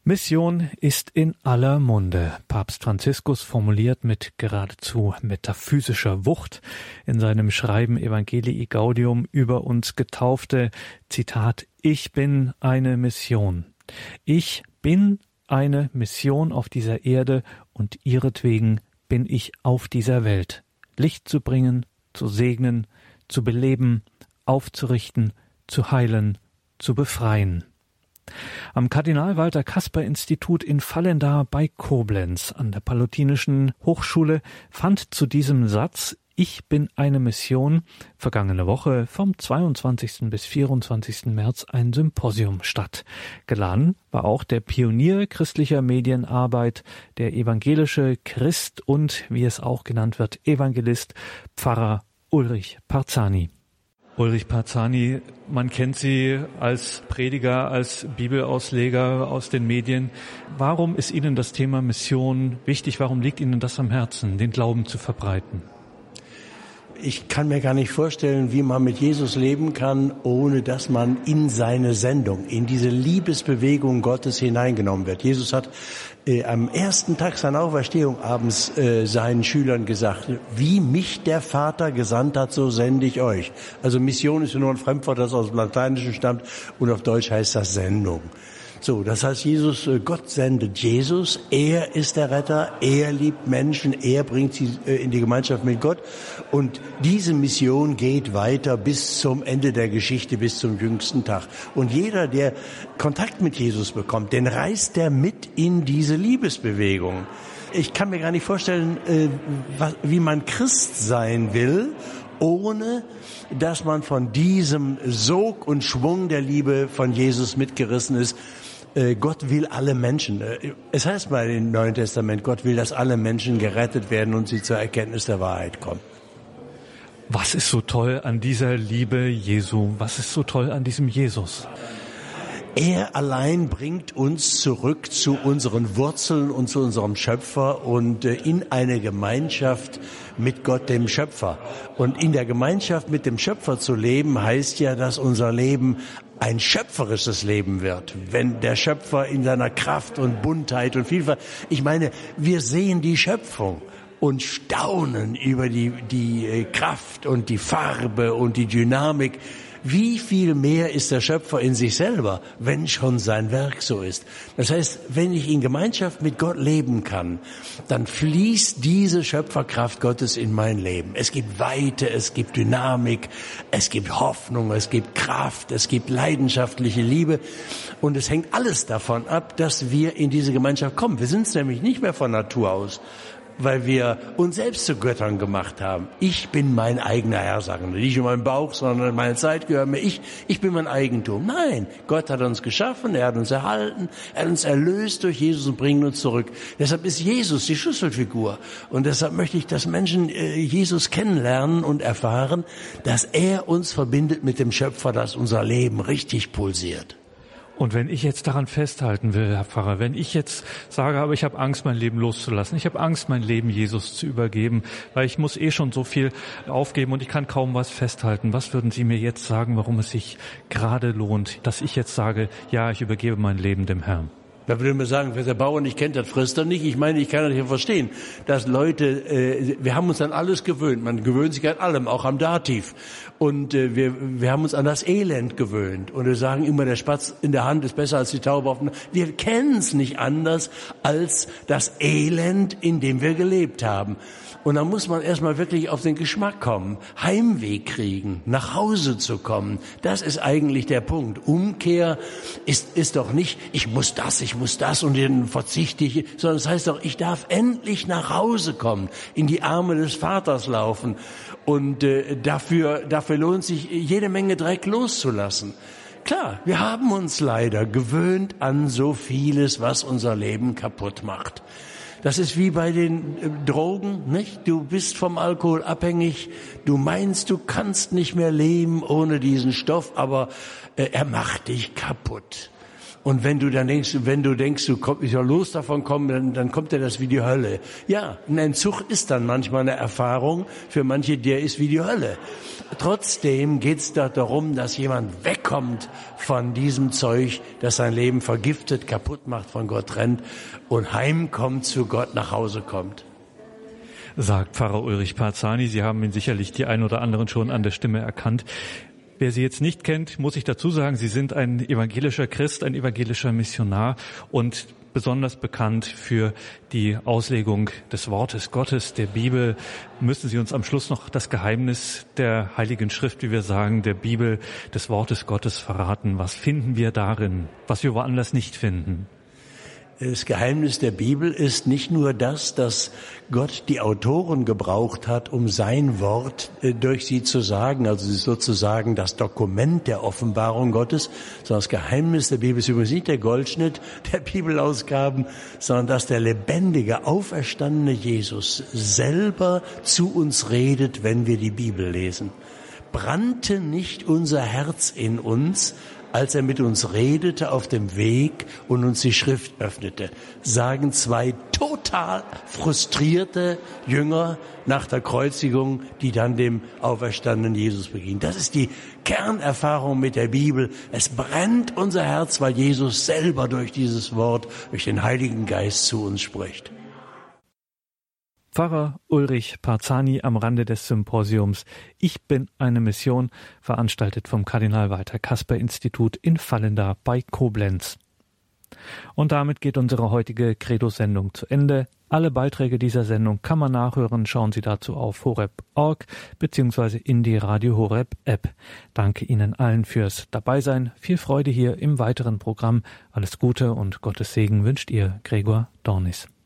Mission ist in aller Munde. Papst Franziskus formuliert mit geradezu metaphysischer Wucht in seinem Schreiben Evangelii Gaudium über uns Getaufte, Zitat, ich bin eine Mission. Ich bin eine Mission auf dieser Erde und ihretwegen bin ich auf dieser Welt. Licht zu bringen, zu segnen, zu beleben, aufzurichten, zu heilen, zu befreien. Am Kardinal-Walter-Kasper-Institut in Vallendar bei Koblenz an der Palutinischen Hochschule fand zu diesem Satz »Ich bin eine Mission« vergangene Woche vom 22. bis 24. März ein Symposium statt. Geladen war auch der Pionier christlicher Medienarbeit, der evangelische Christ und, wie es auch genannt wird, Evangelist, Pfarrer Ulrich Parzani. Ulrich Parzani, man kennt Sie als Prediger, als Bibelausleger aus den Medien. Warum ist Ihnen das Thema Mission wichtig? Warum liegt Ihnen das am Herzen, den Glauben zu verbreiten? Ich kann mir gar nicht vorstellen, wie man mit Jesus leben kann, ohne dass man in seine Sendung, in diese Liebesbewegung Gottes hineingenommen wird. Jesus hat am ersten Tag seiner Auferstehung abends seinen Schülern gesagt, wie mich der Vater gesandt hat, so sende ich euch. Also Mission ist nur ein Fremdwort, das aus dem Lateinischen stammt und auf Deutsch heißt das Sendung. So, das heißt, Gott sendet Jesus, er ist der Retter, er liebt Menschen, er bringt sie in die Gemeinschaft mit Gott und diese Mission geht weiter bis zum Ende der Geschichte, bis zum jüngsten Tag. Und jeder, der Kontakt mit Jesus bekommt, den reißt er mit in diese Liebesbewegung. Ich kann mir gar nicht vorstellen, wie man Christ sein will, ohne dass man von diesem Sog und Schwung der Liebe von Jesus mitgerissen ist. Gott will alle Menschen. Es heißt mal im Neuen Testament, Gott will, dass alle Menschen gerettet werden und sie zur Erkenntnis der Wahrheit kommen. Was ist so toll an dieser Liebe Jesu? Was ist so toll an diesem Jesus? Er allein bringt uns zurück zu unseren Wurzeln und zu unserem Schöpfer und in eine Gemeinschaft mit Gott, dem Schöpfer. Und in der Gemeinschaft mit dem Schöpfer zu leben, heißt ja, dass unser Leben ein schöpferisches Leben wird. Wenn der Schöpfer in seiner Kraft und Buntheit und Vielfalt, ich meine, wir sehen die Schöpfung und staunen über die Kraft und die Farbe und die Dynamik. Wie viel mehr ist der Schöpfer in sich selber, wenn schon sein Werk so ist? Das heißt, wenn ich in Gemeinschaft mit Gott leben kann, dann fließt diese Schöpferkraft Gottes in mein Leben. Es gibt Weite, es gibt Dynamik, es gibt Hoffnung, es gibt Kraft, es gibt leidenschaftliche Liebe. Und es hängt alles davon ab, dass wir in diese Gemeinschaft kommen. Wir sind es nämlich nicht mehr von Natur aus, weil wir uns selbst zu Göttern gemacht haben. Ich bin mein eigener Herr, sagen wir. Nicht nur mein Bauch, sondern meine Zeit gehört mir. Ich bin mein Eigentum. Nein, Gott hat uns geschaffen, er hat uns erhalten, er hat uns erlöst durch Jesus und bringt uns zurück. Deshalb ist Jesus die Schlüsselfigur. Und deshalb möchte ich, dass Menschen Jesus kennenlernen und erfahren, dass er uns verbindet mit dem Schöpfer, dass unser Leben richtig pulsiert. Und wenn ich jetzt daran festhalten will, Herr Pfarrer, wenn ich jetzt sage, aber ich habe Angst, mein Leben loszulassen, ich habe Angst, mein Leben Jesus zu übergeben, weil ich muss schon so viel aufgeben und ich kann kaum was festhalten. Was würden Sie mir jetzt sagen, warum es sich gerade lohnt, dass ich jetzt sage, ja, ich übergebe mein Leben dem Herrn? Da würde man sagen, wer der Bauer nicht kennt, das frisst er nicht. Ich meine, ich kann das ja verstehen, dass Leute, wir haben uns an alles gewöhnt. Man gewöhnt sich an allem, auch am Dativ. Und wir haben uns an das Elend gewöhnt. Und wir sagen immer, der Spatz in der Hand ist besser als die Taube auf dem... Wir kennen es nicht anders als das Elend, in dem wir gelebt haben. Und dann muss man erstmal wirklich auf den Geschmack kommen, Heimweh kriegen, nach Hause zu kommen. Das ist eigentlich der Punkt. Umkehr ist doch nicht, ich muss das und dann verzichte ich, sondern es heißt doch, ich darf endlich nach Hause kommen, in die Arme des Vaters laufen. Und dafür lohnt sich jede Menge Dreck loszulassen. Klar, wir haben uns leider gewöhnt an so vieles, was unser Leben kaputt macht. Das ist wie bei den Drogen, nicht? Du bist vom Alkohol abhängig, du meinst, du kannst nicht mehr leben ohne diesen Stoff, aber er macht dich kaputt. Und wenn du denkst, du kommst ja los davon kommen, dann kommt dir das wie die Hölle. Ja, ein Entzug ist dann manchmal eine Erfahrung, für manche der ist wie die Hölle. Trotzdem geht's doch darum, dass jemand wegkommt von diesem Zeug, das sein Leben vergiftet, kaputt macht, von Gott trennt und heimkommt, zu Gott nach Hause kommt. Sagt Pfarrer Ulrich Parzani. Sie haben ihn sicherlich die ein oder anderen schon an der Stimme erkannt. Wer Sie jetzt nicht kennt, muss ich dazu sagen, Sie sind ein evangelischer Christ, ein evangelischer Missionar und besonders bekannt für die Auslegung des Wortes Gottes, der Bibel. Müssen Sie uns am Schluss noch das Geheimnis der Heiligen Schrift, wie wir sagen, der Bibel, des Wortes Gottes verraten? Was finden wir darin, was wir woanders nicht finden? Das Geheimnis der Bibel ist nicht nur das, dass Gott die Autoren gebraucht hat, um sein Wort durch sie zu sagen, also sozusagen das Dokument der Offenbarung Gottes, sondern das Geheimnis der Bibel ist übrigens nicht der Goldschnitt der Bibelausgaben, sondern dass der lebendige, auferstandene Jesus selber zu uns redet, wenn wir die Bibel lesen. Brannte nicht unser Herz in uns, als er mit uns redete auf dem Weg und uns die Schrift öffnete, sagen zwei total frustrierte Jünger nach der Kreuzigung, die dann dem auferstandenen Jesus begegnen. Das ist die Kernerfahrung mit der Bibel. Es brennt unser Herz, weil Jesus selber durch dieses Wort, durch den Heiligen Geist zu uns spricht. Pfarrer Ulrich Parzani am Rande des Symposiums Ich bin eine Mission, veranstaltet vom Kardinal Walter Kasper Institut in Vallendar bei Koblenz. Und damit geht unsere heutige Credo-Sendung zu Ende. Alle Beiträge dieser Sendung kann man nachhören. Schauen Sie dazu auf horeb.org bzw. in die Radio Horeb App. Danke Ihnen allen fürs Dabeisein. Viel Freude hier im weiteren Programm. Alles Gute und Gottes Segen wünscht Ihr Gregor Dornis.